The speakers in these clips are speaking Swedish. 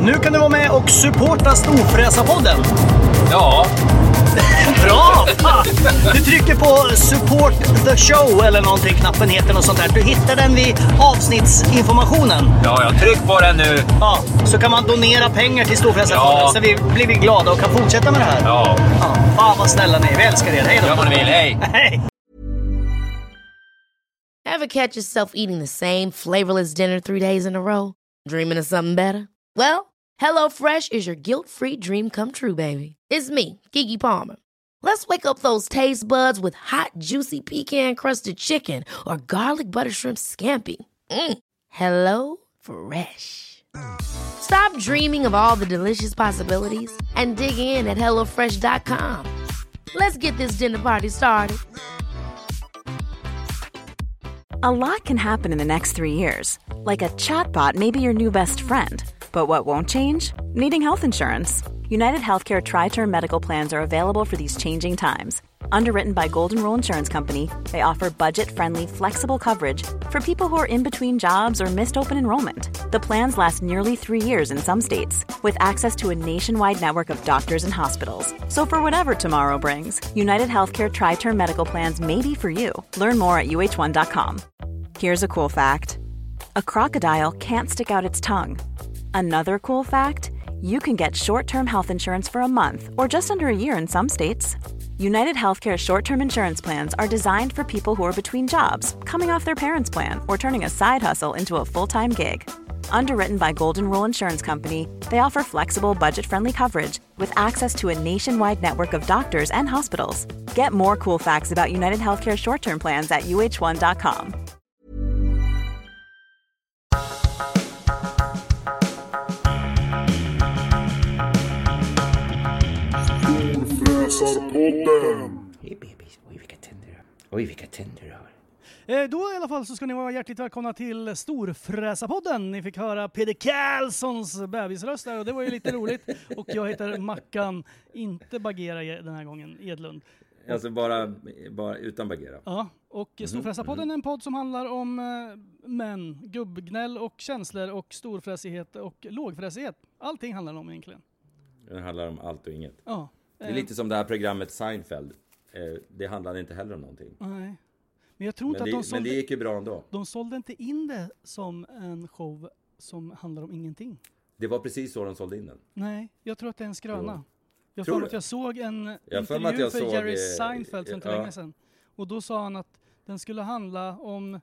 Nu kan du vara med och supporta Storfräsa-podden. Ja. Bra! Du trycker på support the show eller någonting, knappen heter något sånt där. Du hittar den vid avsnittsinformationen. Ja, jag tryck på den nu. Ja, så kan man donera pengar till Storfräsa-podden, så blir vi glada och kan fortsätta med det här. Ja. Fan vad snälla ni är, vi älskar er. Hej då. Gör vad ni vill, hej. Hej. Ever catch yourself eating the same flavorless dinner 3 days in a row? Dreaming of something better? Well, HelloFresh is your guilt-free dream come true, baby. It's me, Keke Palmer. Let's wake up those taste buds with hot, juicy pecan-crusted chicken or garlic butter shrimp scampi. Hello Fresh. Stop dreaming of all the delicious possibilities and dig in at HelloFresh.com. Let's get this dinner party started. A lot can happen in the next 3 years. Like a chatbot may be your new best friend. But what won't change? Needing health insurance. United Healthcare Tri-Term Medical Plans are available for these changing times. Underwritten by Golden Rule Insurance Company, they offer budget-friendly, flexible coverage for people who are in between jobs or missed open enrollment. The plans last nearly 3 years in some states, with access to a nationwide network of doctors and hospitals. So for whatever tomorrow brings, United Healthcare Tri-Term Medical Plans may be for you. Learn more at uh1.com. Here's a cool fact. A crocodile can't stick out its tongue. Another cool fact, you can get short-term health insurance for a month or just under a year in some states. United Healthcare short-term insurance plans are designed for people who are between jobs, coming off their parents' plan, or turning a side hustle into a full-time gig. Underwritten by Golden Rule Insurance Company, they offer flexible, budget-friendly coverage with access to a nationwide network of doctors and hospitals. Get more cool facts about United Healthcare short-term plans at uh1.com. Oj, vilka tänder du har. Då i alla fall så ska ni vara hjärtligt välkomna till Storfräsa-podden. Ni fick höra Peder Karlssons bebisröst där och det var ju lite roligt. Och jag heter Mackan, inte Bagheera den här gången, Edlund. Alltså bara utan Bagheera. Ja, och Storfräsa-podden är en podd som handlar om män, gubbgnäll och känslor och storfräsighet och lågfräsighet. Allting handlar om egentligen. Det handlar om allt och inget. Ja. Det är lite som det här programmet Seinfeld. Det handlade inte heller om någonting. Nej. Men jag tror inte att de sålde... Men det gick ju bra ändå. De sålde inte in det som en show som handlar om ingenting. Det var precis så de sålde in den. Nej, jag tror att det är en skröna. Jo. Jag såg en intervju för Jerry Seinfeld för inte länge sedan. Och då sa han att den skulle handla om...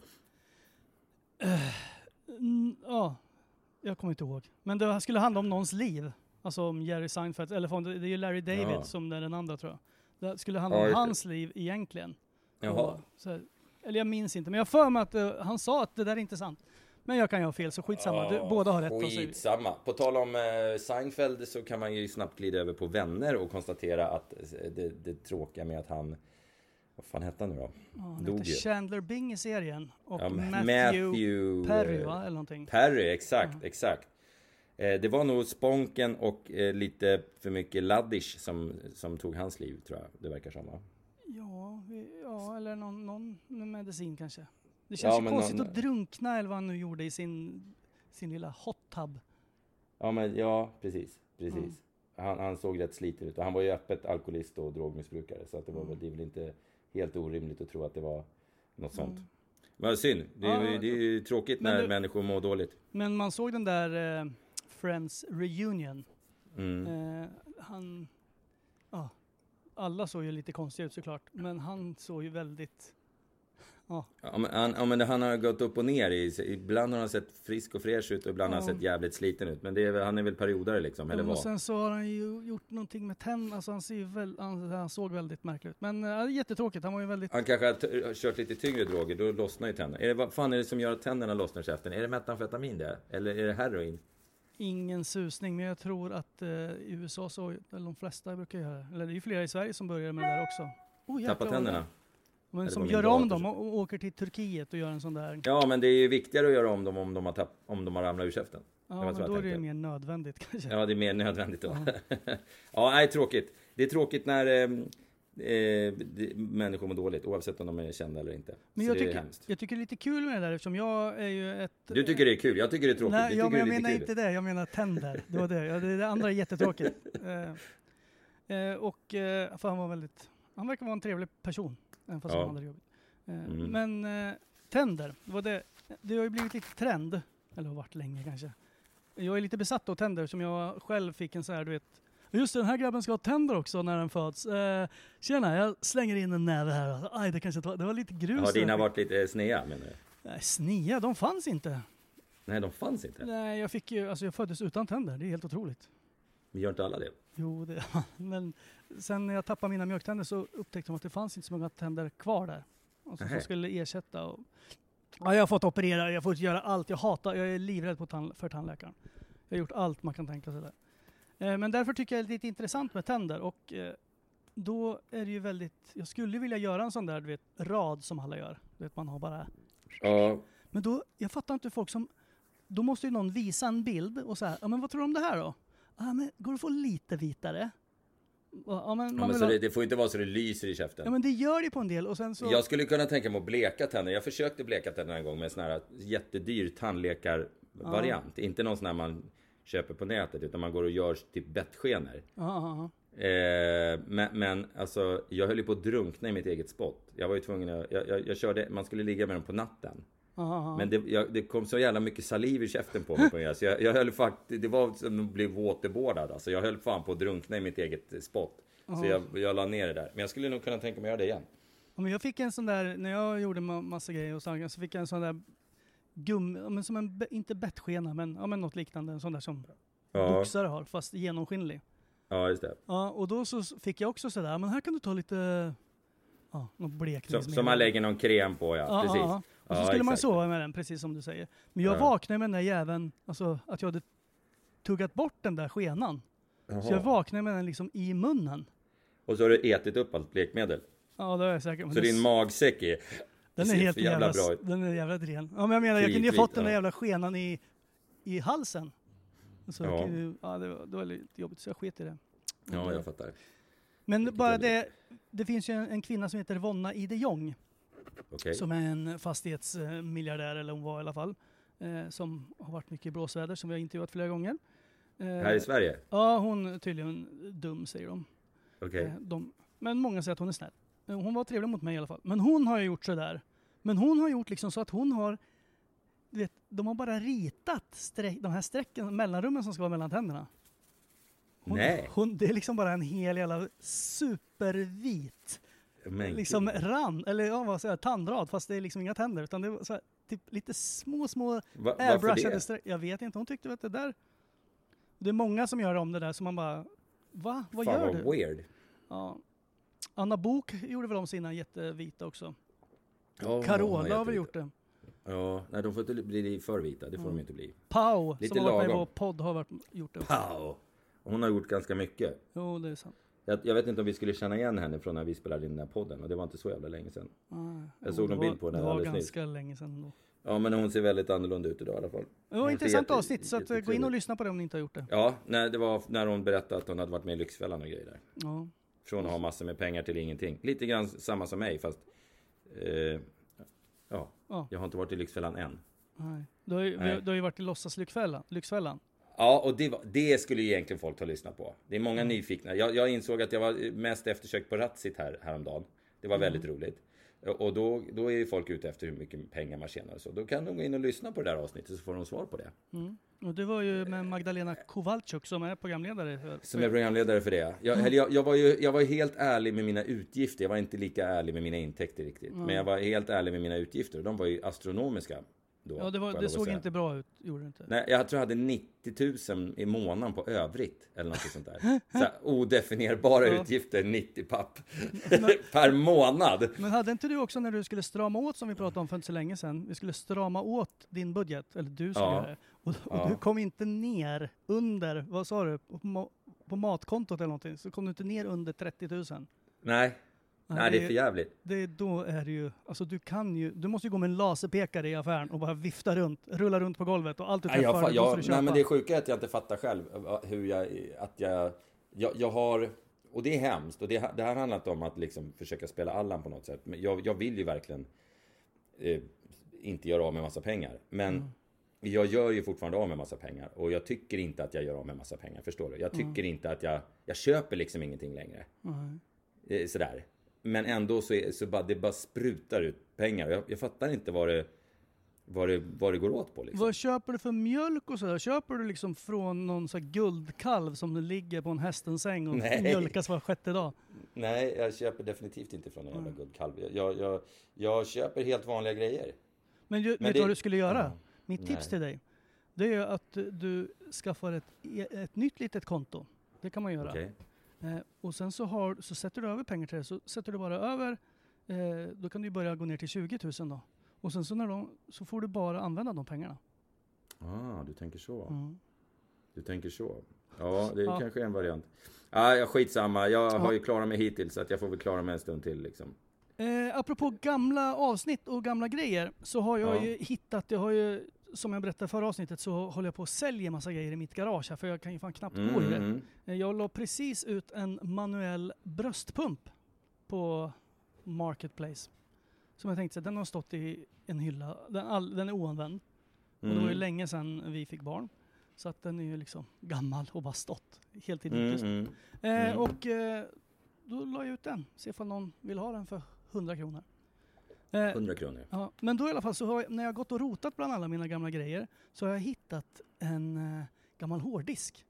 jag kommer inte ihåg. Men det skulle handla om någons liv. Alltså om Jerry Seinfeld. Eller det är ju Larry David som är den andra, tror jag. Det skulle handla om hans liv egentligen. Jaha. Eller jag minns inte. Men jag för mig att han sa att det där är inte sant. Men jag kan ju ha fel, så skitsamma. Båda har rätt. Skitsamma. På tal om Seinfeld så kan man ju snabbt glida över på Vänner och konstatera att det tråkiga med att han... Vad fan hette han nu då? Dog ju. Chandler Bing i serien. Och Matthew Perry, va? Eller någonting. Perry, exakt. Det var nog sponken och lite för mycket laddish som tog hans liv, tror jag. Det verkar som, va? Ja, eller någon medicin kanske. Det känns ju konstigt att drunkna eller vad han nu gjorde i sin lilla hot tub. Precis. Han såg rätt sliten ut. Och han var ju öppet alkoholist och drogmissbrukare. Så att det är väl inte helt orimligt att tro att det var något sånt. Men synd. Det är ju tråkigt när människor mår dåligt. Men man såg den där Friends Reunion. Alla såg ju lite konstigt ut såklart. Men han såg ju väldigt... Men han har gått upp och ner. Ibland har han sett frisk och fräsch ut och ibland har han sett jävligt sliten ut. Men han är väl periodare liksom, eller vad? Och sen så har han ju gjort någonting med tänderna. Alltså han såg väldigt märkligt ut. Men jättetråkigt, han var ju väldigt... Han kanske har kört lite tyngre droger, då lossnar ju tänderna. Vad fan är det som gör att tänderna lossnar i käften? Är det metamfetamin det? Eller är det heroin? Ingen susning, men jag tror att i USA så, eller de flesta brukar göra. Eller det är ju flera i Sverige som börjar med det där också. Tappa tänderna? Men som gör om dem och åker till Turkiet och gör en sån där... Ja, men det är ju viktigare att göra om dem om de har ramlat ur käften. Ja, men då är det mer nödvändigt kanske. Ja, det är mer nödvändigt då. Ja, nej, tråkigt. Det är tråkigt när människor mår dåligt oavsett om de är kända eller inte. Men så det är hemskt. Jag tycker det är lite kul med det där eftersom jag är ju ett... Du tycker det är kul, jag tycker det är tråkigt. Nej, jag menar kul. inte det, jag menar tänder. Det var det. Det andra är jättetråkigt. För han verkar vara en trevlig person. Även fast han hade jobbigt. Men tänder, det har ju blivit lite trend. Eller har varit länge kanske. Jag är lite besatt av tänder som jag själv fick en så här, du vet. Just den här grabben ska ha tänder också när den föds. Tjena, jag slänger in en näve här. Aj, det var lite grus. Har dina varit lite snea menar du? Nej, snea, de fanns inte. Nej, de fanns inte. Nej, jag föddes utan tänder. Det är helt otroligt. Vi gör inte alla det. Jo, men sen när jag tappade mina mjölktänder så upptäckte de att det fanns inte så många tänder kvar där. Alltså, som skulle ersätta. Jag har fått operera, jag har fått göra allt. Jag är livrädd för tandläkaren. Jag har gjort allt man kan tänka sig där. Men därför tycker jag det är lite intressant med tänder. Och då är det ju väldigt... Jag skulle vilja göra en sån där, du vet, rad som alla gör. Du vet, man har bara... Ja. Men då, jag fattar inte folk som... Då måste ju någon visa en bild och så här, ja men vad tror du om det här då? Ja men går det att få lite vitare? Ja, men så det får inte vara så det lyser i käften. Ja men det gör det på en del och sen så... Jag skulle kunna tänka mig att bleka tänder. Jag försökte bleka tänder en gång med en sån här jättedyr tandläkarvariant. Inte någon sån här man köper på nätet utan man går och gör typ bettskenor. Men alltså jag höll ju på att drunkna i mitt eget spott. Jag var ju tvungen att... Jag körde... Man skulle ligga med dem på natten. Men det kom så jävla mycket saliv i käften på mig. Så jag höll faktiskt... Det var som att bli våtebordad. Alltså jag höll fan på att drunkna i mitt eget spott. Så jag la ner det där. Men jag skulle nog kunna tänka mig att göra det igen. Ja, men jag fick en sån där... När jag gjorde massa grejer och så fick jag en sån där... men som en... Inte bettskena, men något liknande. En sån där som boxare har, fast genomskinlig. Ja, just det. Ja, och då så fick jag också sådär, men här kan du ta lite... Ja, något blekningsmedel. Som man lägger någon kräm på, precis. Ja. Och så skulle man sova med den, precis som du säger. Men jag vaknade med den där jäveln, alltså att jag hade tuggat bort den där skenan. Så jag vaknade med den liksom i munnen. Och så har du ätit upp allt blekmedel. Ja, det är jag säker. Så din magsäck är... Den är helt jävla bra. Den är jävla ren. Ja, men jag menar, jag kunde ju fått den där jävla skenan i halsen. Så det var lite jobbigt, så jag sket i det. Ja, jag fattar. Men bara det finns ju en kvinna som heter Vonna de Jong. Okay. Som är en fastighetsmiljardär, eller hon var i alla fall. Som har varit mycket i blåsväder, som vi har intervjuat flera gånger. Här i Sverige? Ja, hon är tydligen dum, säger de. Okay. Men många säger att hon är snäll. Hon var trevlig mot mig i alla fall. Men hon har ju gjort så där. Men hon har gjort liksom så att hon har... Du vet, de har bara ritat de här strecken, mellanrummen som ska vara mellan tänderna. Nej. Det är liksom bara en hel jävla supervit liksom rand, eller vad säger jag, tandrad, fast det är liksom inga tänder, utan det är så här, typ lite små airbrushade streck. Jag vet inte, hon tyckte att det där... Det är många som gör om det där, så man bara... Va? Vad fan, gör du? Vad weird. Ja. Anna Bok gjorde väl om sina jättevita också. Carola har väl gjort det. Ja, nej, de får inte bli för vita. Det får de inte bli. Pau, lite som har varit med lagom. på podd, har gjort det också. Pau! Hon har gjort ganska mycket. Jo, det är sant. Jag vet inte om vi skulle känna igen henne från när vi spelade in den här podden. Och det var inte så jävla länge sedan. Jag såg någon bild på henne alldeles nyss. Det var ganska länge sedan då. Ja, men hon ser väldigt annorlunda ut idag i alla fall. Det var intressant avsnitt, så att gå in och lyssna på det om ni inte har gjort det. Ja, det var när hon berättade att hon hade varit med i Lyxfällan och grejer där. Ja. Från att ha massor med pengar till ingenting. Lite grann samma som mig, fast... Jag har inte varit i Lyxfällan än. Nej. Du har ju varit i Lyxfällan. Ja, och det skulle ju egentligen folk ha lyssnat på. Det är många nyfikna. Jag insåg att jag var mest eftersökt på Ratsit häromdagen. Det var väldigt roligt. Och då är ju folk ute efter hur mycket pengar man tjänar och så. Då kan de gå in och lyssna på det där avsnittet, så får de svar på det. Mm. Och det var ju med Magdalena Kowalczyk som är programledare. Som är programledare för det. Jag var helt ärlig med mina utgifter. Jag var inte lika ärlig med mina intäkter riktigt. Men jag var helt ärlig med mina utgifter. Och de var ju astronomiska. Då, ja, det såg inte bra ut, gjorde det inte? Nej, jag tror jag hade 90 000 i månaden på övrigt. Eller något sånt där. Så här, odefinierbara utgifter, 90 papp per månad. Men hade inte du också när du skulle strama åt, som vi pratade om för inte så länge sedan. Vi skulle strama åt din budget, eller du skulle göra det. Och du kom inte ner under, vad sa du? På matkontot eller någonting. Så kom du inte ner under 30 000. Nej, det är för jävligt. Då är det ju, alltså du måste ju gå med en laserpekare i affären och bara vifta runt, rulla runt på golvet och allt du träffar måste du köpa. Nej, men det är sjuka är att jag inte fattar själv hur jag har Och det är hemskt. Och det här handlar inte om att liksom försöka spela Allan på något sätt. Men jag vill ju verkligen inte göra av med massa pengar. Men jag gör ju fortfarande av med massa pengar. Och jag tycker inte att jag gör av med massa pengar. Förstår du? Jag tycker inte att jag köper liksom ingenting längre. Sådär. Men ändå så det bara sprutar ut pengar. Jag fattar inte vad det går åt på liksom. Vad köper du för mjölk och sådär? Köper du liksom från någon så här guldkalv som ligger på en hästens säng och mjölkas var 6:e dag? Nej, jag köper definitivt inte från en jävla guldkalv. Jag köper helt vanliga grejer. Men vet du vad du skulle göra? Mitt tips till dig, det är att du skaffar ett nytt litet konto. Det kan man göra. Okay. Och sen så sätter du över pengar till det. Så sätter du bara över, då kan du börja gå ner till 20 000 då. Och sen så får du bara använda de pengarna. Du tänker så. Du tänker så. Ja, det är kanske en variant. Jag skitsamma. Jag har ju klarat mig hittills så att jag får väl klara mig en stund till liksom. Apropå gamla avsnitt och gamla grejer så har jag ju hittat, som jag berättade förra avsnittet så håller jag på att sälja massa grejer i mitt garage här, för jag kan ju fan knappt gå i det. Jag la precis ut en manuell bröstpump på Marketplace. Som jag tänkte, den har stått i en hylla. Den är oanvänd. Och det var ju länge sedan vi fick barn. Så att den är ju liksom gammal och bara stått. Helt idiotiskt. Och då la jag ut den. Se ifall någon vill ha den för 100 kronor. 100 kronor. Ja, men då i alla fall så när jag gått och rotat bland alla mina gamla grejer så har jag hittat en gammal hårddisk.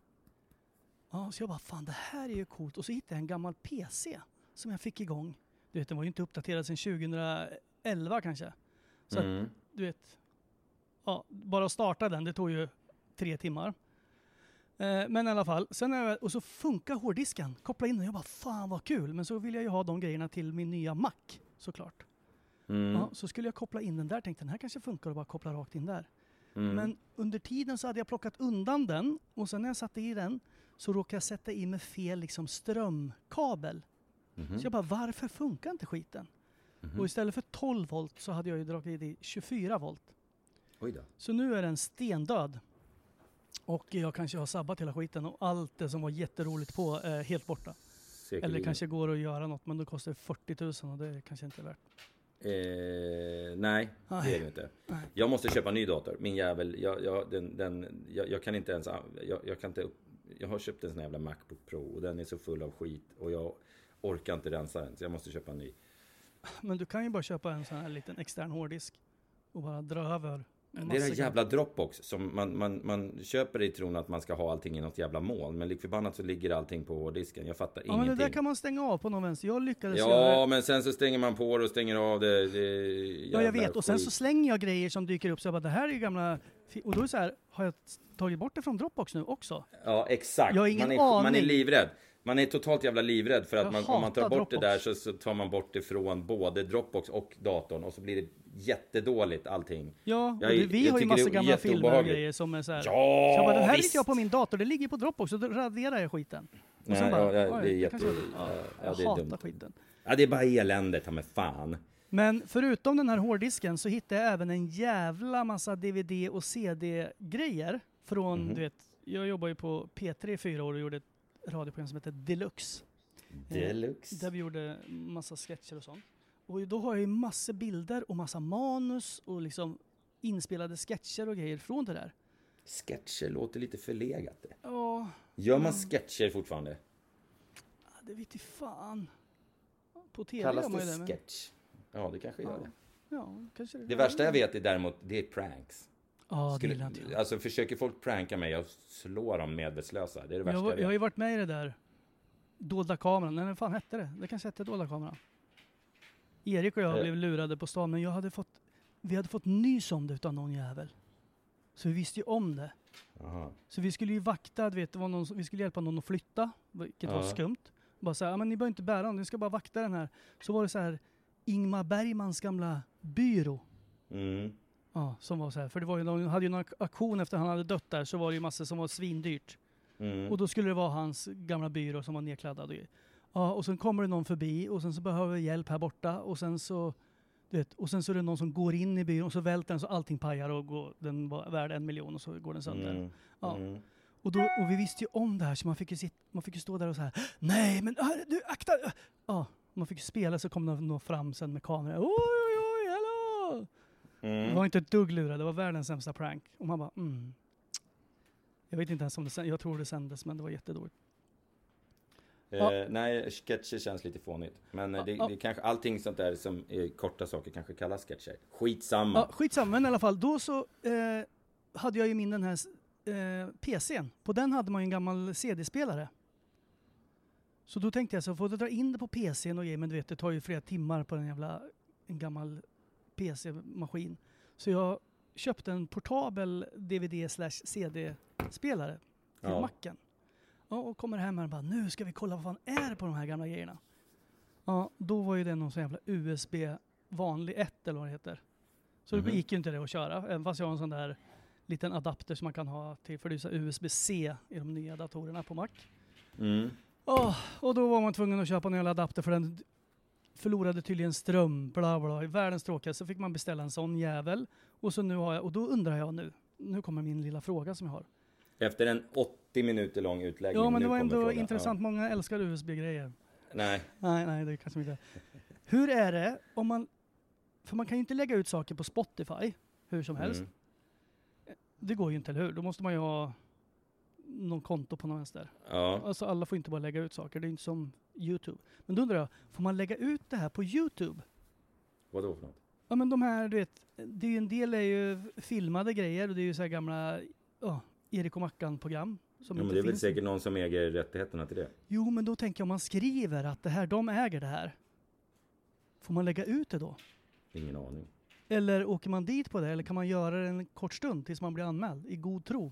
Ja, så jag bara, fan det här är ju coolt. Och så hittade jag en gammal PC som jag fick igång. Du vet, den var ju inte uppdaterad sedan 2011 kanske. Så att, du vet, bara att starta den, det tog ju 3 timmar. Men i alla fall, och så funkar hårddisken. Koppla in den, jag bara, fan vad kul. Men så vill jag ju ha de grejerna till min nya Mac, såklart. Ja, så skulle jag koppla in den där, tänkte den här kanske funkar och bara koppla rakt in där. Men under tiden så hade jag plockat undan den och sen när jag satte i den så råkade jag sätta i med fel liksom strömkabel. Så jag bara, varför funkar inte skiten? Och istället för 12 volt så hade jag ju dragit i 24 volt. Oj då. Så nu är den stendöd. Och jag kanske har sabbat hela skiten och allt det som var jätteroligt på är helt borta. Säkerligen. Eller kanske går att göra något, men då kostar det 40 000 och det är kanske inte värt. Nej, det är det inte. Nej. Jag måste köpa en ny dator. Min jävel, jag kan inte ens, jag har köpt en sån jävla MacBook Pro och den är så full av skit och jag orkar inte rensa den, så jag måste köpa en ny. Men du kan ju bara köpa en sån här liten extern hårddisk och bara dra över. Det är det jävla Dropbox som man köper i tron att man ska ha allting i något jävla moln. Men likförbannat så ligger allting på hårddisken. Jag fattar ingenting. Men det där kan man stänga av på någon vänster. Jag lyckades göra. Men sen så stänger man på det och stänger av det. Ja, jag vet. Och sen så slänger jag grejer som dyker upp. Så jag bara, det här är ju gamla... Och då är det så här, har jag tagit bort det från Dropbox nu också? Ja, exakt. Jag har ingen aning. Man är livrädd. Man är totalt jävla livrädd för att om man tar bort Dropbox. Det där så tar man bort det från både Dropbox och datorn och så blir det jättedåligt allting. Ja, vi har ju massa gamla filmer och grejer som är så här. Ja, så jag bara, den här visst. Inte jag på min dator, det ligger på Dropbox och då raderar jag skiten. Och nej, bara, det är jätte... jag det är hatar dumt. Skiten. Ja, det är bara elände, ta med fan. Men förutom den här hårddisken så hittade jag även en jävla massa DVD och CD-grejer från, du vet, jag jobbar ju på P3 i 4 år och gjorde ett radioprogram som heter Deluxe. Där vi gjorde massa sketcher och sånt. Och då har jag ju massa bilder och massa manus och liksom inspelade sketcher och grejer från det där. Sketcher låter lite förlegat det. Ja. Gör man sketcher fortfarande? Ja, det vet jag fan. På TV kallas det sketch? Ja, det kanske gör det. Ja, kanske det. Det värsta jag vet är däremot, det är pranks. Ja, det gillar inte jag. Alltså försöker folk pranka mig, jag slår dem medvetslösa. Det är det värsta jag har ju varit med i det där dolda kameran. Nej, vad fan hette det? Det kanske hette dolda kameran. Erik och jag blev lurade på stan, men vi hade fått nys om det utan någon jävel. Så vi visste ju om det. Aha. Så vi skulle ju vakta, vi skulle hjälpa någon att flytta, vilket var skumt. Bara så här, men ni behöver inte bära den, ni ska bara vakta den här. Så var det så här, Ingmar Bergmans gamla byrå. Ja, som var så här, för det var ju, de hade ju någon auktion efter han hade dött där, så var det ju massor som var svindyrt. Och då skulle det vara hans gamla byrå som var nedkladdad. Ja, och sen kommer det någon förbi och sen så behöver hjälp här borta och sen så är det någon som går in i byrån och så välter den så allting pajar och den var värd 1 miljon och så går den sönder. Och vi visste ju om det här, så man fick ju stå där och så här, nej men du akta. Ja, man fick ju spela, så kom de fram sen med kameran. Oj, hallå! Det var inte ett dugg lurad, det var världens sämsta prank. Och man bara, Jag vet inte ens om jag tror det sändes, men det var jättedåligt. Nej, sketcher känns lite fånigt. Men det kanske, allting sånt där som är korta saker kanske kallas sketcher. Skitsamma. Ja, skitsamma, men i alla fall. Då så hade jag ju den här PC:n. På den hade man ju en gammal CD-spelare. Så då tänkte jag så får jag dra in det på PC:n och men du vet, det tar ju flera timmar på en gammal PC-maskin. Så jag köpte en portabel DVD/CD-spelare till Macen. Ja, och kommer hem här och bara, nu ska vi kolla vad fan är på de här gamla grejerna. Ja, då var ju det någon sån jävla USB vanlig 1 eller vad det heter. Så det gick ju inte det att köra, även fast jag har en sån där liten adapter som man kan ha till, för det är så USB-C i de nya datorerna på Mac. Och då var man tvungen att köpa en jävla adapter, för den förlorade tydligen ström, bla bla, i världens tråkiga. Så fick man beställa en sån jävel. Och så nu har jag, och då undrar jag nu kommer min lilla fråga som jag har. Efter en 80 minuter lång utläggning. Ja, men det var ändå intressant. Ja. Många älskar USB-grejer. Nej, det är kanske inte. Hur är det om för man kan ju inte lägga ut saker på Spotify hur som helst. Det går ju inte, eller hur? Då måste man ju ha någon konto på någon vänster. Ja. Alltså alla får inte bara lägga ut saker. Det är inte som YouTube. Men då undrar jag, får man lägga ut det här på YouTube? Vadå för något? Ja, men de här, du vet, det är ju en del är ju filmade grejer och det är ju så här gamla Erik och Mackan-program. Ja, men det är väl säkert någon som äger rättigheterna till det. Jo, men då tänker jag om man skriver att de äger det här. Får man lägga ut det då? Ingen aning. Eller åker man dit på det? Eller kan man göra det en kort stund tills man blir anmäld? I god tro?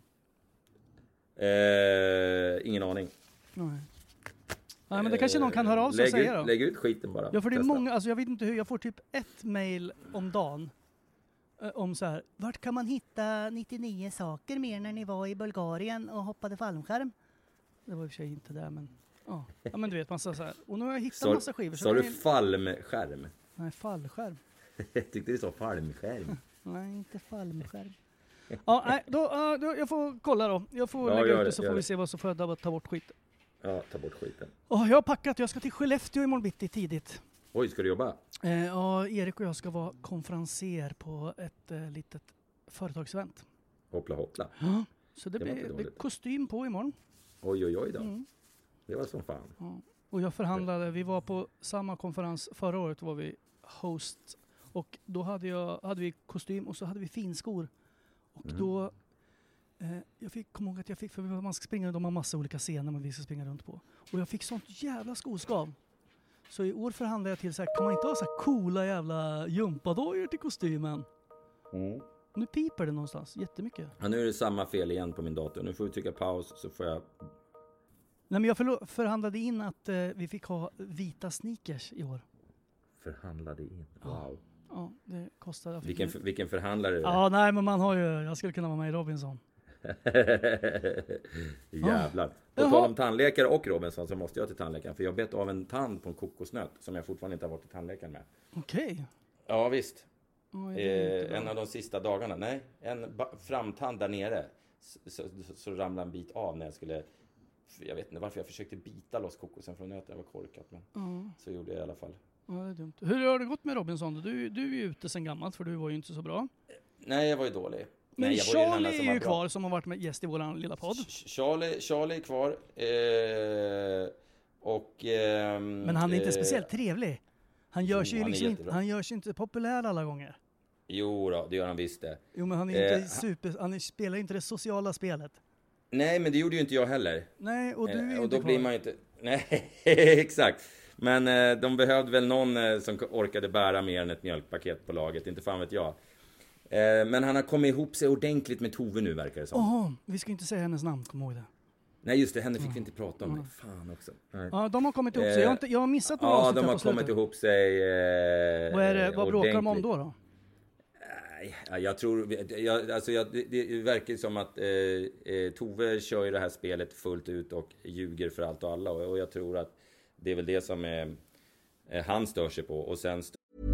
Ingen aning. Nej, men det kanske någon kan höra av sig och säga då. Lägg ut skiten bara. Ja, för det är många, alltså jag vet inte hur, jag får typ ett mail om dagen. Om så här, vart kan man hitta 99 saker mer när ni var i Bulgarien och hoppade fallskärm? Det var i och för sig inte där, men ja, men du vet, man sa så här. Och nu har jag hittat massa skivor. Sa du fallskärm? Nej, fallskärm. Jag tyckte du sa fallskärm. Nej, inte fallskärm. Ja, nej, då jag får kolla då. Jag får lägga ut det så får vi se vad som får jag ta bort skiten. Ja, ta bort skiten. Jag har packat, jag ska till Skellefteå imorgon bitti tidigt. Oj, ska du jobba? Ja, Erik och jag ska vara konferenser på ett litet företagsevent. Hoppla. Ja, så det blir kostym på imorgon. Oj då. Det var som fan. Ja. Och jag förhandlade, vi var på samma konferens förra året, var vi host. Och då hade vi kostym och så hade vi finskor. Och då, kom ihåg att jag fick, för man ska springa, de har massa olika scener man vi ska springa runt på. Och jag fick sånt jävla skoskav. Så i år förhandlade jag till så här, kan man inte ha så här coola jävla jumpadojor till kostymen? Nu piper det någonstans, jättemycket. Ja, nu är det samma fel igen på min dator. Nu får vi trycka paus så får jag... Nej, men jag förhandlade in att vi fick ha vita sneakers i år. Förhandlade in? Wow. Ja, det kostade. Vilken förhandlare är det? Ja, nej, men jag skulle kunna vara med i Robinson. Jävlar. På tal om tandläkare och Robinson så måste jag till tandläkaren. För jag har bett av en tand på en kokosnöt som jag fortfarande inte har varit till tandläkaren med. Okej. Ja, visst. En av de sista dagarna. Nej, en framtand där nere. Så ramlade en bit av när jag skulle... Jag vet inte varför jag försökte bita loss kokosen från nöten. Jag var korkat, men så gjorde jag i alla fall. Ja, det är dumt. Hur har det gått med Robinson? Du är ju ute sen gammalt, för du var ju inte så bra. Nej, jag var ju dålig. Men Charlie är ju kvar, som har varit med gäst i våran lilla podd. Charlie är kvar. Men han är inte speciellt trevlig. Han gör sig inte populär alla gånger. Jo då, det gör han visst det. Jo, men han är inte han spelar inte det sociala spelet. Nej, men det gjorde ju inte jag heller. Nej, och du är och inte då blir man ju inte... Nej, exakt. Men de behövde väl någon som orkade bära mer än ett mjölkpaket på laget. Inte fan vet jag. Men han har kommit ihop sig ordentligt med Tove nu, verkar det som. Vi ska inte säga hennes namn, kom ihåg det. Nej, just det, henne fick vi inte prata om. Fan också. Nej. Ja, de har kommit ihop sig. Jag har missat några avsnitt. Ja, de har kommit ihop sig vad bråkar de om då? Nej, jag tror... det verkar som att Tove kör ju det här spelet fullt ut och ljuger för allt och alla. Och jag tror att det är väl det som han stör sig på. Och sen...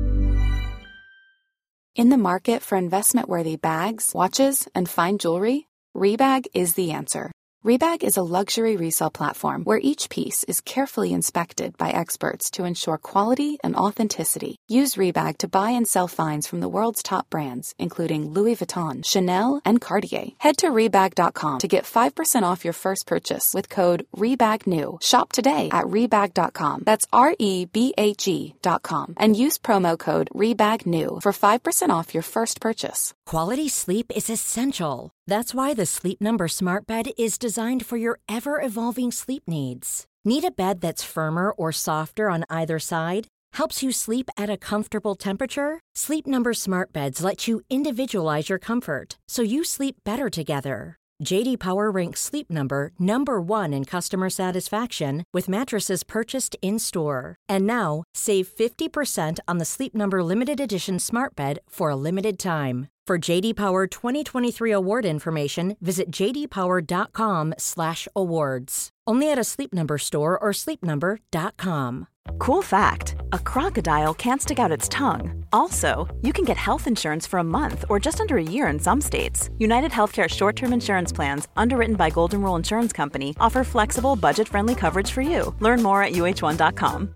In the market for investment-worthy bags, watches, and fine jewelry, Rebag is the answer. Rebag is a luxury resale platform where each piece is carefully inspected by experts to ensure quality and authenticity. Use Rebag to buy and sell finds from the world's top brands, including Louis Vuitton, Chanel, and Cartier. Head to Rebag.com to get 5% off your first purchase with code REBAGNEW. Shop today at Rebag.com. That's REBAG.com. And use promo code REBAGNEW for 5% off your first purchase. Quality sleep is essential. That's why the Sleep Number Smart Bed is designed for your ever-evolving sleep needs. Need a bed that's firmer or softer on either side? Helps you sleep at a comfortable temperature? Sleep Number Smart Beds let you individualize your comfort, so you sleep better together. J.D. Power ranks Sleep Number #1 in customer satisfaction with mattresses purchased in-store. And now, save 50% on the Sleep Number Limited Edition Smart Bed for a limited time. For J.D. Power 2023 award information, visit jdpower.com/awards. Only at a Sleep Number store or sleepnumber.com. Cool fact, a crocodile can't stick out its tongue. Also, you can get health insurance for a month or just under a year in some states. United Healthcare short-term insurance plans, underwritten by Golden Rule Insurance Company, offer flexible, budget-friendly coverage for you. Learn more at uh1.com.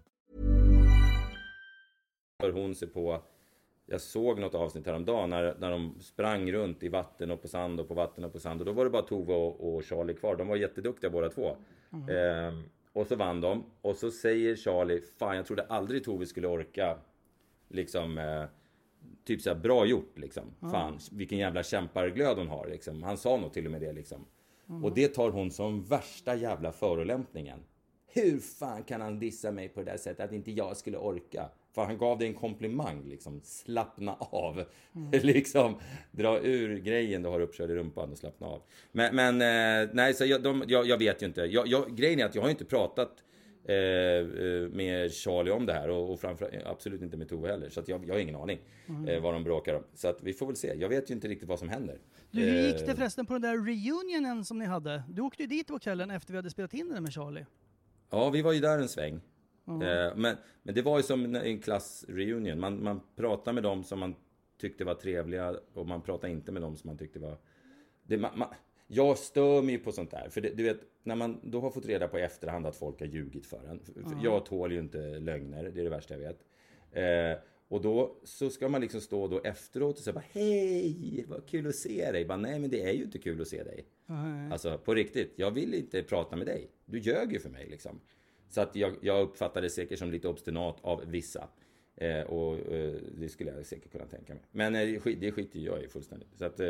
Hon ser på, jag såg något avsnitt häromdagen när de sprang runt i vatten och på sand och på vatten och på sand. Och då var det bara Tove och Charlie kvar. De var jätteduktiga båda två. Och så vann de. Och så säger Charlie, fan jag trodde aldrig Tove skulle orka. Liksom, typ så här, bra gjort liksom. Fan, vilken jävla kämparglöd hon har liksom. Han sa nog till och med det liksom. Och det tar hon som värsta jävla förolämpningen. Hur fan kan han dissa mig på det där sättet att inte jag skulle orka? För han gav dig en komplimang liksom. Slappna av. Liksom dra ur grejen du har uppkörd i rumpan och slappna av. Men nej, så jag vet ju inte. Grejen är att jag har inte pratat med Charlie om det här. Och absolut inte med Tove heller. Så att jag har ingen aning vad de bråkar om. Så att vi får väl se. Jag vet ju inte riktigt vad som händer. Du, hur gick det förresten på den där reunionen som ni hade? Du åkte ju dit på kvällen efter vi hade spelat in den med Charlie. Ja, vi var ju där en sväng. Men det var ju som en klassreunion. Man pratade med dem som man tyckte var trevliga. Och man pratade inte med dem som man tyckte var... Jag stör mig på sånt där. För du vet, när man då har fått reda på i efterhand att folk har ljugit för en. För jag tål ju inte lögner, det är det värsta jag vet. Och då så ska man liksom stå då efteråt och säga hej, vad kul att se dig. Bara, nej, men det är ju inte kul att se dig. Alltså på riktigt, jag vill inte prata med dig. Du ljög ju för mig liksom. Så att jag uppfattade det säkert som lite obstinat av vissa. Och det skulle jag säkert kunna tänka mig. Men det skiter jag i fullständigt. Så att,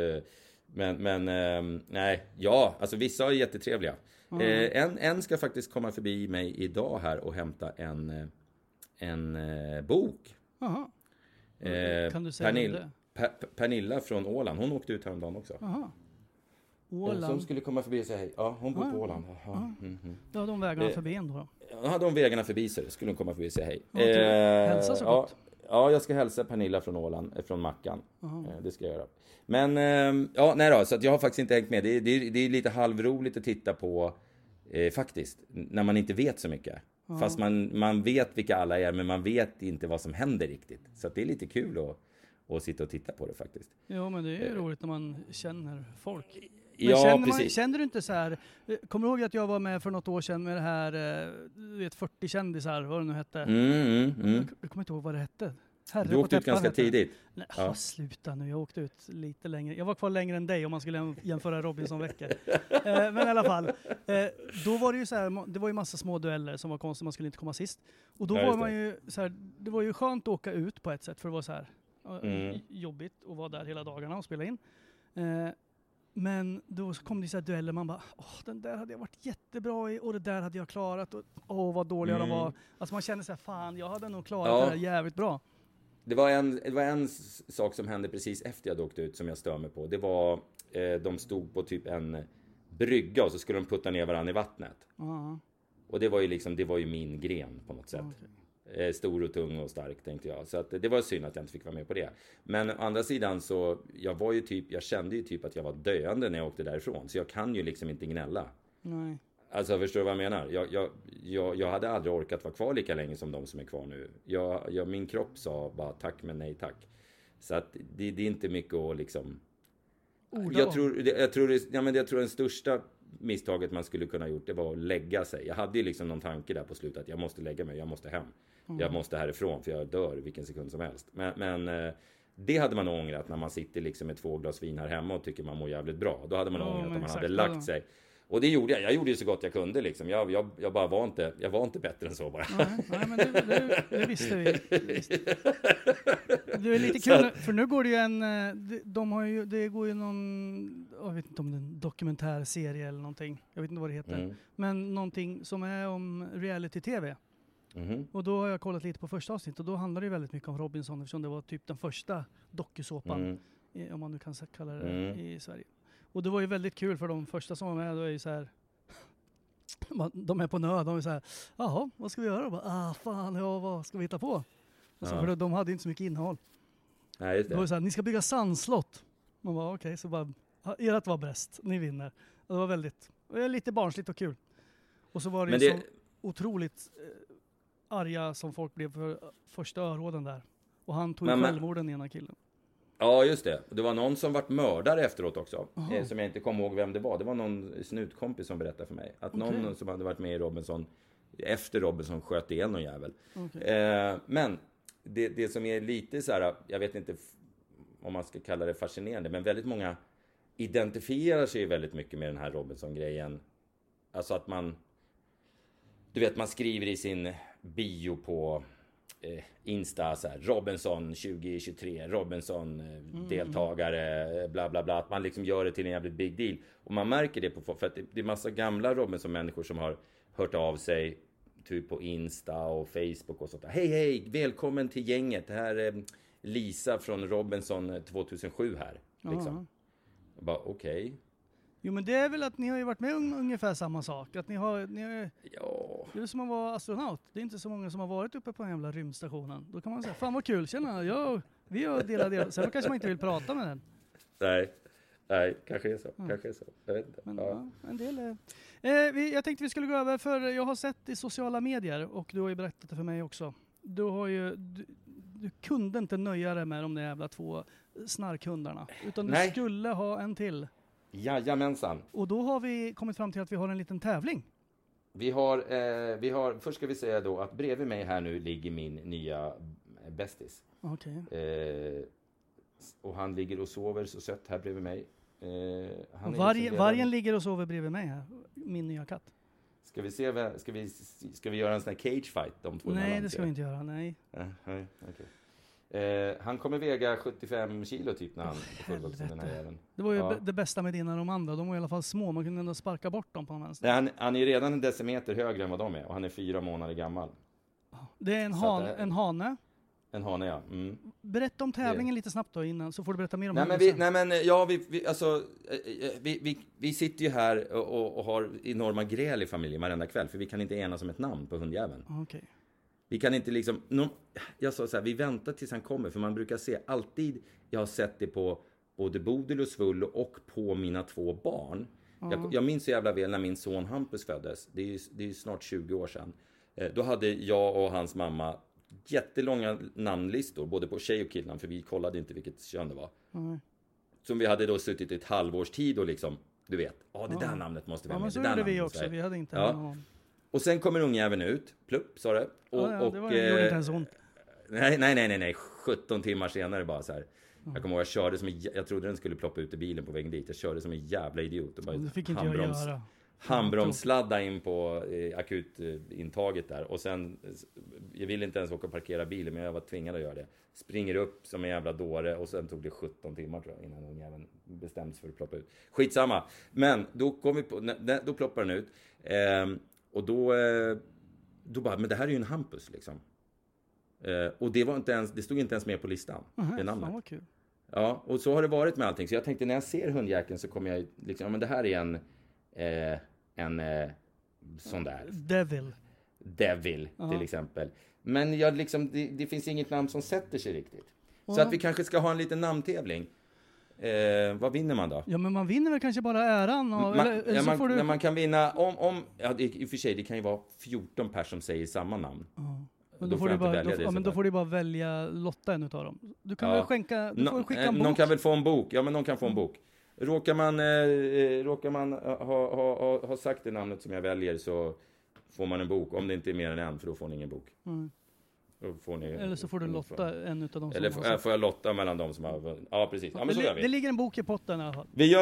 nej, ja, alltså vissa är jättetrevliga. En ska faktiskt komma förbi mig idag här och hämta en bok. Kan du säga Pernilla från Åland, hon åkte ut häromdagen också. Åland. Som skulle komma förbi och säga hej. Ja, hon bor på Åland. Då har de vägarna förbi ändå. Ja, de vägarna förbi så skulle hon komma förbi och säga hej. Hälsa så gott. Ja, jag ska hälsa Pernilla från Åland, från Mackan. Det ska jag göra. Men, nej då, så att jag har faktiskt inte hängt med. Det är lite halvroligt att titta på, faktiskt, när man inte vet så mycket. Fast man vet vilka alla är, men man vet inte vad som händer riktigt. Så att det är lite kul att sitta och titta på det faktiskt. Ja, men det är ju roligt när man känner folk. Men ja, precis. Känner du inte så här, kommer du ihåg att jag var med för något år sedan med det här, du vet 40 kändisar, vad det nu hette? Jag kommer inte ihåg vad det hette. Du åkte ut ganska tidigt. Nej, sluta nu, jag åkte ut lite längre. Jag var kvar längre än dig om man skulle jämföra Robinson-veckor. Men i alla fall, då var det ju så här, det var ju massa små dueller som var konstiga, man skulle inte komma sist. Och då var man ju så här, det var ju skönt att åka ut på ett sätt, för det var så här jobbigt att vara där hela dagarna och spela in. Men då kom det så här dueller, man bara, den där hade jag varit jättebra i och det där hade jag klarat och vad dåliga de var. Alltså man känner så här, fan, jag hade nog klarat det här jävligt bra. Det var en sak som hände precis efter jag åkte ut som jag stör mig på. Det var, de stod på typ en brygga och så skulle de putta ner varandra i vattnet. Och det var ju liksom, det var ju min gren på något sätt. Stor och tung och stark, tänkte jag. Så att det var synd att jag inte fick vara med på det. Men å andra sidan så, jag kände ju typ att jag var döende när jag åkte därifrån. Så jag kan ju liksom inte gnälla. Nej. Alltså, förstår du vad jag menar? Jag hade aldrig orkat vara kvar lika länge som de som är kvar nu. Min kropp sa bara tack men nej tack. Så att det är inte mycket att liksom... Jag tror den största misstaget man skulle kunna gjort, det var att lägga sig. Jag hade ju liksom någon tanke där på slutet att jag måste lägga mig, jag måste hem. Jag måste härifrån för jag dör vilken sekund som helst. Men det hade man ångrat när man sitter liksom med 2 glas vin här hemma och tycker man mår jävligt bra. Då hade man ångrat om man hade lagt sig. Och det gjorde jag. Jag gjorde ju så gott jag kunde liksom. Jag bara var inte bättre än så bara. Nej men det visste vi. Det är lite kul, för nu går det ju det går ju någon, jag vet inte om det är en dokumentärserie eller någonting. Jag vet inte vad det heter. Men någonting som är om reality-tv. Och då har jag kollat lite på första avsnitt och då handlar det väldigt mycket om Robinson eftersom det var typ den första dokusåpan, om man nu kan kalla det i Sverige. Och det var ju väldigt kul för de första som var med, då är ju så här, de är på nöd, de är så här, jaha, vad ska vi göra? Vad ska vi hitta på? Och så, för de hade inte så mycket innehåll. Nej, just det. Då var det så här, ni ska bygga sandslott. Man var okej, så bara, ert var bäst, ni vinner. Och det var lite barnsligt och kul. Och så var det ju så otroligt arga som folk blev för första öråden där. Och han tog självmorden ena killen. Ja, just det. Det var någon som vart mördare efteråt också. Som jag inte kommer ihåg vem det var. Det var någon snutkompis som berättade för mig. Att någon som hade varit med i Robinson, efter Robinson sköt ihjäl någon jävel. Men det som är lite så här, jag vet inte om man ska kalla det fascinerande, men väldigt många identifierar sig väldigt mycket med den här Robinson-grejen. Alltså att man, du vet, man skriver i sin bio på Insta så här, Robinson 2023, Robinson deltagare, bla bla bla, att man liksom gör det till en jävligt big deal. Och man märker det på, för att det är massa gamla Robinson-människor som har hört av sig typ på Insta och Facebook och sånt där. Hej, välkommen till gänget. Det här är Lisa från Robinson 2007 här. Liksom. Jag bara, okej. Jo, men det är väl att ni har ju varit med om ungefär samma sak. Att ni har Ja. Det är som att vara astronaut. Det är inte så många som har varit uppe på den jävla rymdstationen. Då kan man säga, fan vad kul, tjena, vi har delat. Sen kanske man inte vill prata med den. Nej, kanske är så. Jag vet inte. Men, en del jag tänkte vi skulle gå över, för jag har sett i sociala medier, och du har ju berättat det för mig också. Du kunde inte nöja dig med de där jävla 2 snarkhundarna. Utan du skulle ha en till. Jajamensan. Och då har vi kommit fram till att vi har en liten tävling. Vi har, först ska vi säga då att bredvid mig här nu ligger min nya bästis. Okej. Och han ligger och sover så sött här bredvid mig. Vargen ligger och sover bredvid mig här, min nya katt. Ska vi göra en sån här cage fight de 2 emellan? Nej, det ska vi inte göra, nej. Okay. Han kommer väga 75 kilo typ när han är fullvuxen, den här jäveln. Det var ju det bästa med dina de andra. De var i alla fall små, man kunde ändå sparka bort dem på någon vänster. Han är redan en decimeter högre än vad de är, och han är 4 månader gammal. Det är en hane. En hane, ja. Berätta om tävlingen lite snabbt då innan, så får du berätta mer om vi sitter ju här och har enorma gräl i familjen varenda kväll, för vi kan inte enas om ett namn på hundjäveln. Okej. Vi kan inte liksom, jag sa så här, vi väntar tills han kommer, för man brukar se alltid, jag har sett det på både Bodil och Svullo och på mina 2 barn. Jag minns så jävla väl när min son Hampus föddes, det är ju snart 20 år sedan. Då hade jag och hans mamma jättelånga namnlistor, både på tjej och killarna, för vi kollade inte vilket kön det var. Som vi hade då suttit i ett halvårs tid och liksom, du vet, det där namnet måste vi ha med. Men så gjorde vi också, vi hade inte någon. Och sen kommer ungjäveln ut, plupp, sa det. Det gjorde inte ens ont. Nej, 17 timmar senare bara så här. Jag kommer ihåg, jag körde jag trodde den skulle ploppa ut i bilen på vägen dit. Jag körde som en jävla idiot. Och bara det fick inte jag göra. Handbromssladda in på akutintaget där. Och sen, jag ville inte ens åka och parkera bilen, men jag var tvingad att göra det. Springer upp som en jävla dåre, och sen tog det 17 timmar tror jag, innan ungjäveln bestämdes för att ploppa ut. Skitsamma. Men då kom vi på, då ploppar den ut. Och då bara, men det här är ju en Hampus liksom. Och det stod inte ens med på listan. Det namnet. Fan vad kul. Ja, och så har det varit med allting. Så jag tänkte, när jag ser hundjäkeln så kommer jag liksom, men det här är en sån där. Devil till exempel. Men jag liksom, det finns inget namn som sätter sig riktigt. Så att vi kanske ska ha en liten namntävling. Vad vinner man då? Ja, men man vinner väl kanske bara äran. Man kan vinna i och för sig, det kan ju vara 14 personer som säger samma namn. Men då får du bara välja lotta en utav dem. Du kan väl skänka, någon kan väl få en bok. Ja, men någon kan få en bok. Råkar man ha sagt det namnet som jag väljer så får man en bok. Om det inte är mer än en, för då får ni ingen bok. Eller så får du lotta en utav dem som eller får jag lotta mellan dem som har... Ja, precis. Ja, men så gör vi. Det ligger en bok i potten i alla fall. Vi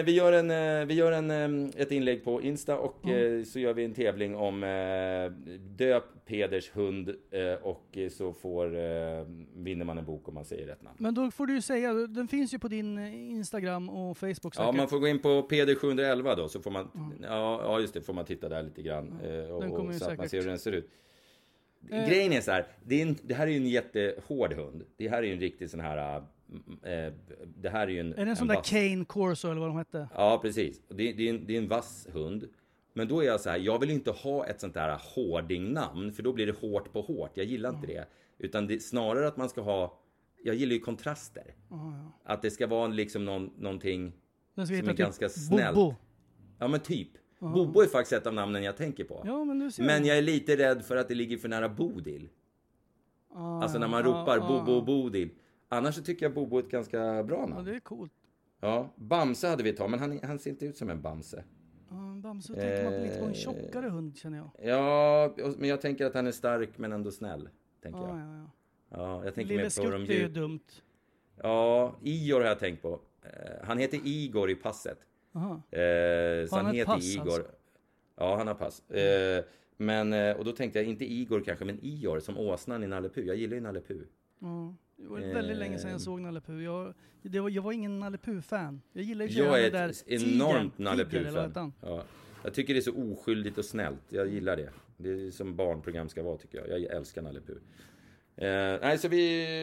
gör ett inlägg på Insta och så gör vi en tävling om döp Peders hund och så vinner man en bok om man säger rätt namn. Men då får du ju säga, den finns ju på din Instagram och Facebook säkert. Ja, man får gå in på Peder 711 då, så får man ja just det, får man titta där lite grann och så att man ser hur den ser ut. Grejen är så här, det här är ju en jättehård hund. Det här är ju en riktig sån här det här är ju en... Är det en sån där Cane Corso eller vad de hette? Ja, precis. Det är en vass hund. Men då är jag så här, jag vill inte ha ett sånt där hårdingnamn, för då blir det hårt på hårt. Jag gillar inte det. Utan det, snarare att man ska ha... Jag gillar ju kontraster. Att det ska vara liksom någonting som är ganska snällt. Bobo. Ja, men typ. Bobo är faktiskt ett av namnen jag tänker på. Ja, men jag är lite rädd för att det ligger för nära Bodil. Alltså när man ropar Bobo och Bodil. Annars så tycker jag Bobo är ett ganska bra namn. Ja, det är coolt. Ja, Bamse hade vi tagit, men han ser inte ut som en Bamse. Bamse, tänker man lite på en tjockare hund, känner jag. Ja, men jag tänker att han är stark men ändå snäll, tänker jag. Ja, jag tänker Lille mer på dem. Skutt är ju dumt. Ja, Ior har jag tänkt på. Han heter Igor i passet. Så han heter pass, Igor. alltså. Ja, han har pass. Och då tänkte jag, inte Igor kanske, men Ior som åsnan i Nalle Puh. Jag gillar ju Nalle Puh. Det var väldigt länge sedan jag såg Nalle Puh. Jag var ingen Nalle Puh-fan. Jag gillar ju jag är där ett enormt Nalle Tiger, Puh-fan. Ja. Jag tycker det är så oskyldigt och snällt. Jag gillar det. Det är som barnprogram ska vara, tycker jag. Jag älskar Nalle Puh. Nej, så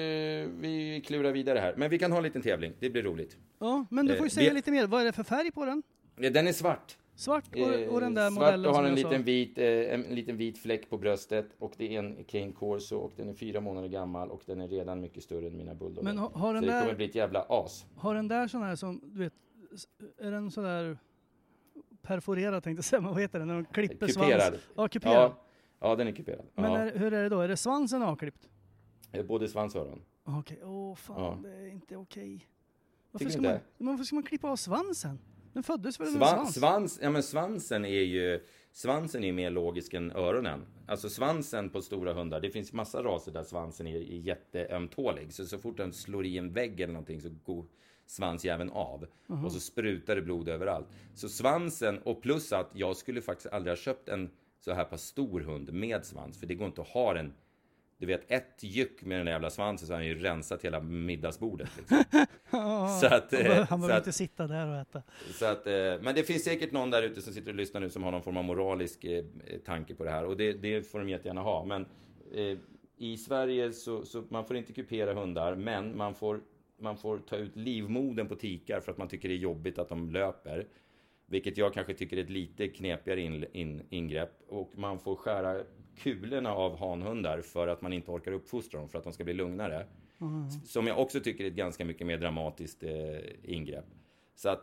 vi klurar vidare här. Men vi kan ha en liten tävling. Det blir roligt. Ja, men du får ju säga lite mer. Vad är det för färg på den? Den är svart. Svart och den där svart modellen och har som en liten vit fläck på bröstet. Och det är en Cane Corso och den är 4 månader gammal. Och den är redan mycket större än mina bulldoggar. Men har den så det där, kommer bli ett jävla as. Har den där sån här som, du vet, är den sån där perforerad, tänkte jag säga, vad heter den? När de klipper kuperad. Svans. Ja, kuperad. Ja, den är kuperad. Men hur är det då? Är det svansen avklippt? Både svans och öron. Okej, fan, det är inte okej. Varför ska man klippa av svansen? Den föddes väl med svans? Men svansen är mer logisk än öronen. Alltså svansen på stora hundar, det finns massa raser där svansen är jätteömtålig. Så fort den slår i en vägg eller någonting så går svansjäveln av. Och så sprutar det blod överallt. Så svansen, och plus att jag skulle faktiskt aldrig ha köpt en så här pass stor hund med svans. För det går inte att ha den. Du vet, ett gyck med den där jävla svansen så har han ju rensat hela middagsbordet. Liksom. Så att, han behöver inte sitta där och äta. Så att, men det finns säkert någon där ute som sitter och lyssnar nu som har någon form av moralisk tanke på det här. Och det får de jättegärna ha. Men i Sverige så man får inte kupera hundar. Men man får ta ut livmodern på tikar för att man tycker det är jobbigt att de löper. Vilket jag kanske tycker är ett lite knepigare ingrepp. Och man får skära kulorna av hanhundar för att man inte orkar uppfostra dem för att de ska bli lugnare. Som jag också tycker är ett ganska mycket mer dramatiskt ingrepp. Så att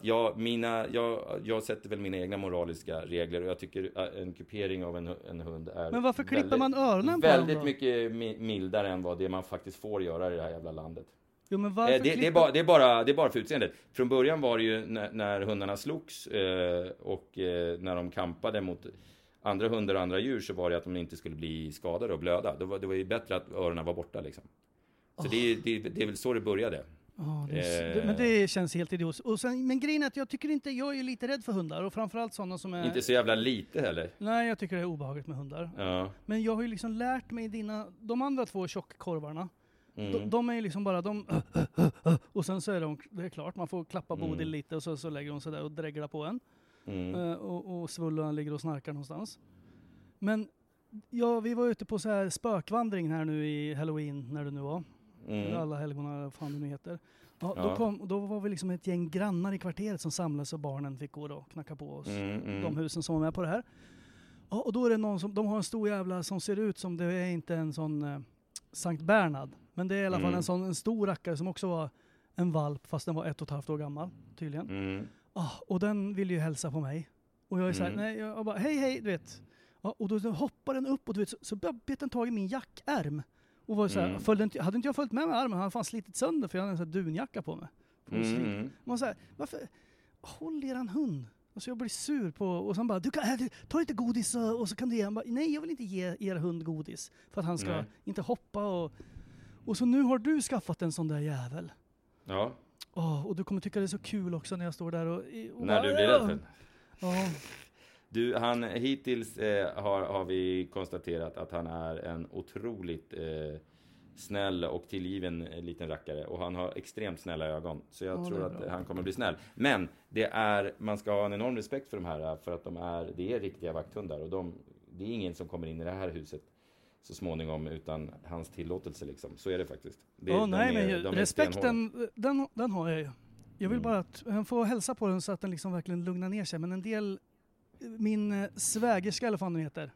jag sätter väl mina egna moraliska regler och jag tycker en kupering av en hund är... Men varför klipper man öronen på väldigt mycket mildare än vad det man faktiskt får göra i det här jävla landet. Jo, men det är bara för utseendet. Från början var det ju när hundarna slogs och när de kampade mot andra hundar och andra djur, så var det att de inte skulle bli skadade och blöda. Det var ju bättre att öronen var borta liksom. Så det är väl så det började. Men det känns helt idiotiskt. Och sen, men grejen är att jag är ju lite rädd för hundar. Och framförallt sådana som är... Inte så jävla lite heller. Nej, jag tycker det är obehagligt med hundar. Ja. Men jag har ju liksom lärt mig de andra 2 tjockkorvarna. De är ju liksom bara och sen så är det är klart, man får klappa Bodil lite och så lägger de sig där och dräglar på en. Och Svullan ligger och snarkar någonstans. Men vi var ute på så här spökvandring här nu i Halloween, när det nu var. Alla helgona, vad fan det nu heter. Då var vi liksom ett gäng grannar i kvarteret som samlades och barnen fick gå och knacka på oss. De husen som var med på det här. Och då är det någon de har en stor jävla som ser ut som, det är inte en sån Sankt Bernhard. Men det är i alla fall en stor rackare som också var en valp, fast den var 1,5 år gammal tydligen. Och den ville ju hälsa på mig. Och jag är så här, nej, jag bara, hej, du vet. Och då hoppar den upp och du vet, så bet den tag i min jackärm. Och var så här, hade inte jag följt med armen, hade fan slitit sönder för jag hade en sån här dunjacka på mig. Man så här, varför? håll eran hund. Alltså jag blir sur på, och sen bara, ta lite godis och så kan du ge. Bara, nej, jag vill inte ge er hund godis. För att han ska inte hoppa och så nu har du skaffat en sån där jävel. Ja. Och du kommer tycka det är så kul också när jag står där och när du blir rädd för. Ja. Du, han hittills har vi konstaterat att han är en otroligt snäll och tillgiven liten rackare. Och han har extremt snälla ögon. Så jag tror att han kommer bli snäll. Men man ska ha en enorm respekt för de här. För att det är riktiga vakthundar. Och det är ingen som kommer in i det här huset så småningom utan hans tillåtelse liksom. Så är det faktiskt. Respekten, den har jag ju. Jag vill bara att han får hälsa på den så att den liksom verkligen lugnar ner sig. Men en del, min svägerska eller vad den heter,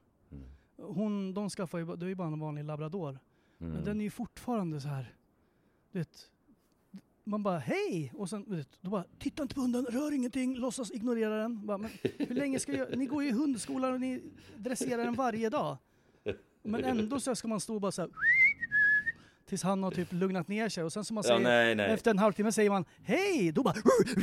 de skaffar ju, det är ju bara en vanlig labrador. Men den är ju fortfarande så här, du vet, man bara hej, och sen då bara, titta inte på hunden, rör ingenting, låtsas ignorera den. Bara, men hur länge ni går ju i hundskolan och ni dresserar den varje dag. Men ändå så ska man stå och bara så här, tills han har typ lugnat ner sig. Och sen som man säger, efter en halvtimme säger man hej, då bara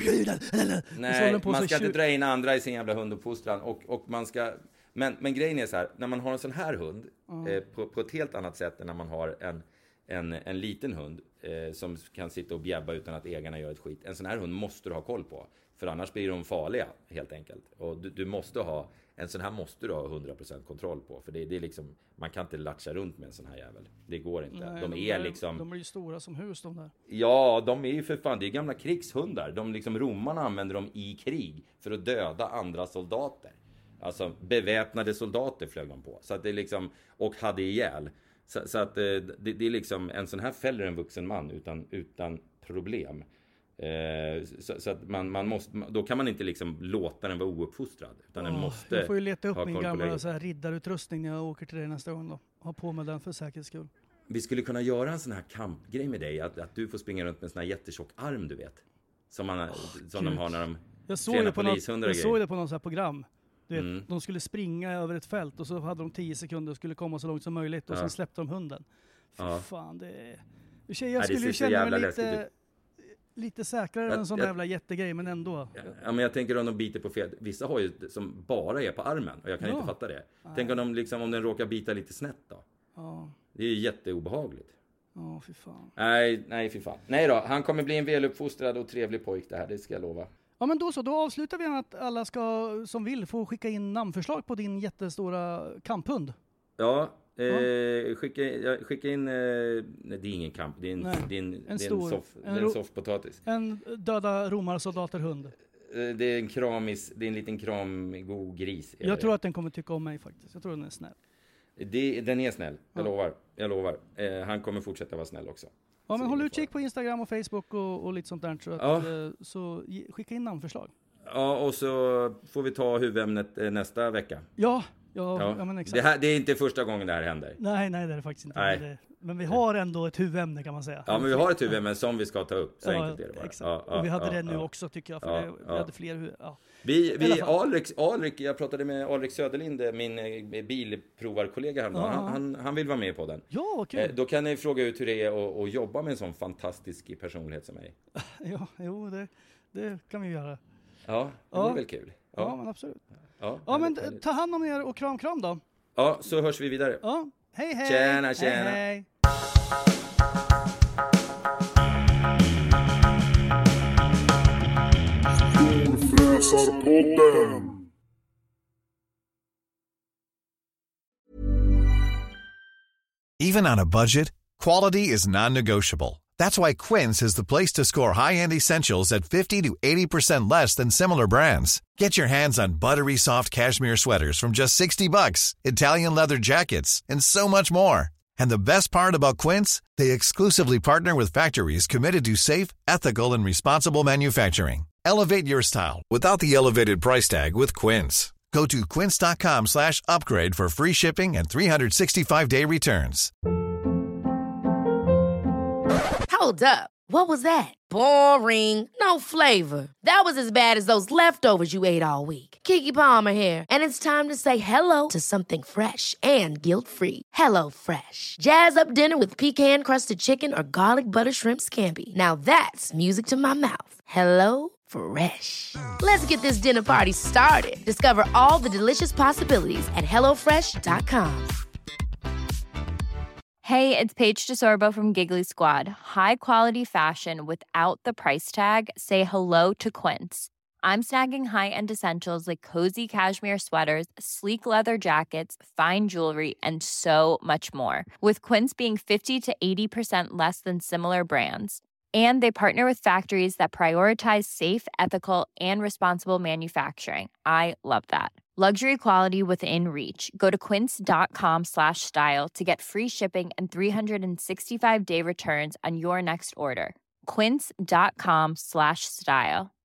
nej, man ska inte dra in andra i sin jävla hunduppfostran. Och man ska, men grejen är så här, när man har en sån här hund på ett helt annat sätt än när man har en liten hund som kan sitta och bjäbba utan att ägarna gör ett skit. En sån här hund måste du ha koll på. För annars blir de farliga helt enkelt. Och du måste ha, en sån här måste du ha 100% kontroll på. För det är liksom, man kan inte latcha runt med en sån här jävel. Det går inte. Nej, de blir ju stora som hus de där. Ja, de är ju för fan, det är gamla krigshundar. Romarna använder dem i krig för att döda andra soldater. Alltså beväpnade soldater flög de på. Så att det liksom, och hade ihjäl. Så att det är liksom, en sån här fäller en vuxen man utan problem. Så att man måste, då kan man inte liksom låta den vara ouppfostrad, utan den måste. Jag får ju leta upp min gamla så här riddarutrustning när jag åker till dig nästa gång då. Ha på med den för säkerhets skull. Vi skulle kunna göra en sån här kampgrej med dig, att du får springa runt med en sån här jättetjock arm, du vet. Som de har när de tränar polishundar. Jag såg det på något så här program. Du vet, de skulle springa över ett fält och så hade de 10 sekunder och skulle komma så långt som möjligt och sen släppte de hunden. Fan, jag skulle ju känna mig lite säkrare än en sån jävla jättegrej, men ändå. Ja, men jag tänker om de biter på fel. Vissa har ju som bara är på armen och jag kan inte fatta det. Tänk om den råkar bita lite snett då. Ja. Det är ju jätteobehagligt. Ja, fy fan. Nej, fy fan. Nej då, han kommer bli en väluppfostrad och trevlig pojk det ska jag lova. Ja, men då avslutar vi med att alla som vill få skicka in namnförslag på din jättestora kamphund. Ja, skicka in, det är ingen kamp, det är en soffpotatis. En döda romarsoldaterhund. Det är en liten kramgod gris. Jag tror att den kommer tycka om mig faktiskt. Jag tror den är snäll. Den är snäll, jag lovar. Han kommer fortsätta vara snäll också. Ja, men håll utkik på Instagram och Facebook och lite sånt där. Så skicka in namnförslag. Ja, och så får vi ta huvudämnet nästa vecka. Ja, men exakt. Det är inte första gången det här händer. Nej, det är det faktiskt inte. Men vi har ändå ett huvudämne, kan man säga. Ja, men vi har ett huvudämne som vi ska ta upp. Så enkelt är det bara. Exakt. Och vi hade det nu också, tycker jag. För vi hade fler Alrik, jag pratade med Alrik Söderlind, min bilprovarkollega häromdagen. Han vill vara med på den. Ja, okej. Då kan ni fråga ut hur det är att jobba med en sån fantastisk personlighet som mig. Det kan vi göra. Ja, det är väl kul. Ja, men absolut. Ja, men ta hand om er och kram då. Ja, så hörs vi vidare. Ja, hej. Tjena. Hej. Storfräsarpodden. Even on a budget, quality is non-negotiable. That's why Quince is the place to score high-end essentials at 50 to 80% less than similar brands. Get your hands on buttery soft cashmere sweaters from just $60, Italian leather jackets, and so much more. And the best part about Quince, they exclusively partner with factories committed to safe, ethical, and responsible manufacturing. Elevate your style without the elevated price tag with Quince. Go to quince.com/upgrade for free shipping and 365-day returns. Hold up. What was that? Boring. No flavor. That was as bad as those leftovers you ate all week. Keke Palmer here, and it's time to say hello to something fresh and guilt-free. Hello Fresh. Jazz up dinner with pecan-crusted chicken or garlic butter shrimp scampi. Now that's music to my mouth. Hello Fresh. Let's get this dinner party started. Discover all the delicious possibilities at hellofresh.com. Hey, it's Paige DeSorbo from Giggly Squad. High quality fashion without the price tag. Say hello to Quince. I'm snagging high-end essentials like cozy cashmere sweaters, sleek leather jackets, fine jewelry, and so much more. With Quince being 50 to 80% less than similar brands. And they partner with factories that prioritize safe, ethical, and responsible manufacturing. I love that. Luxury quality within reach. Go to quince.com/style to get free shipping and 365-day returns on your next order. Quince.com/style.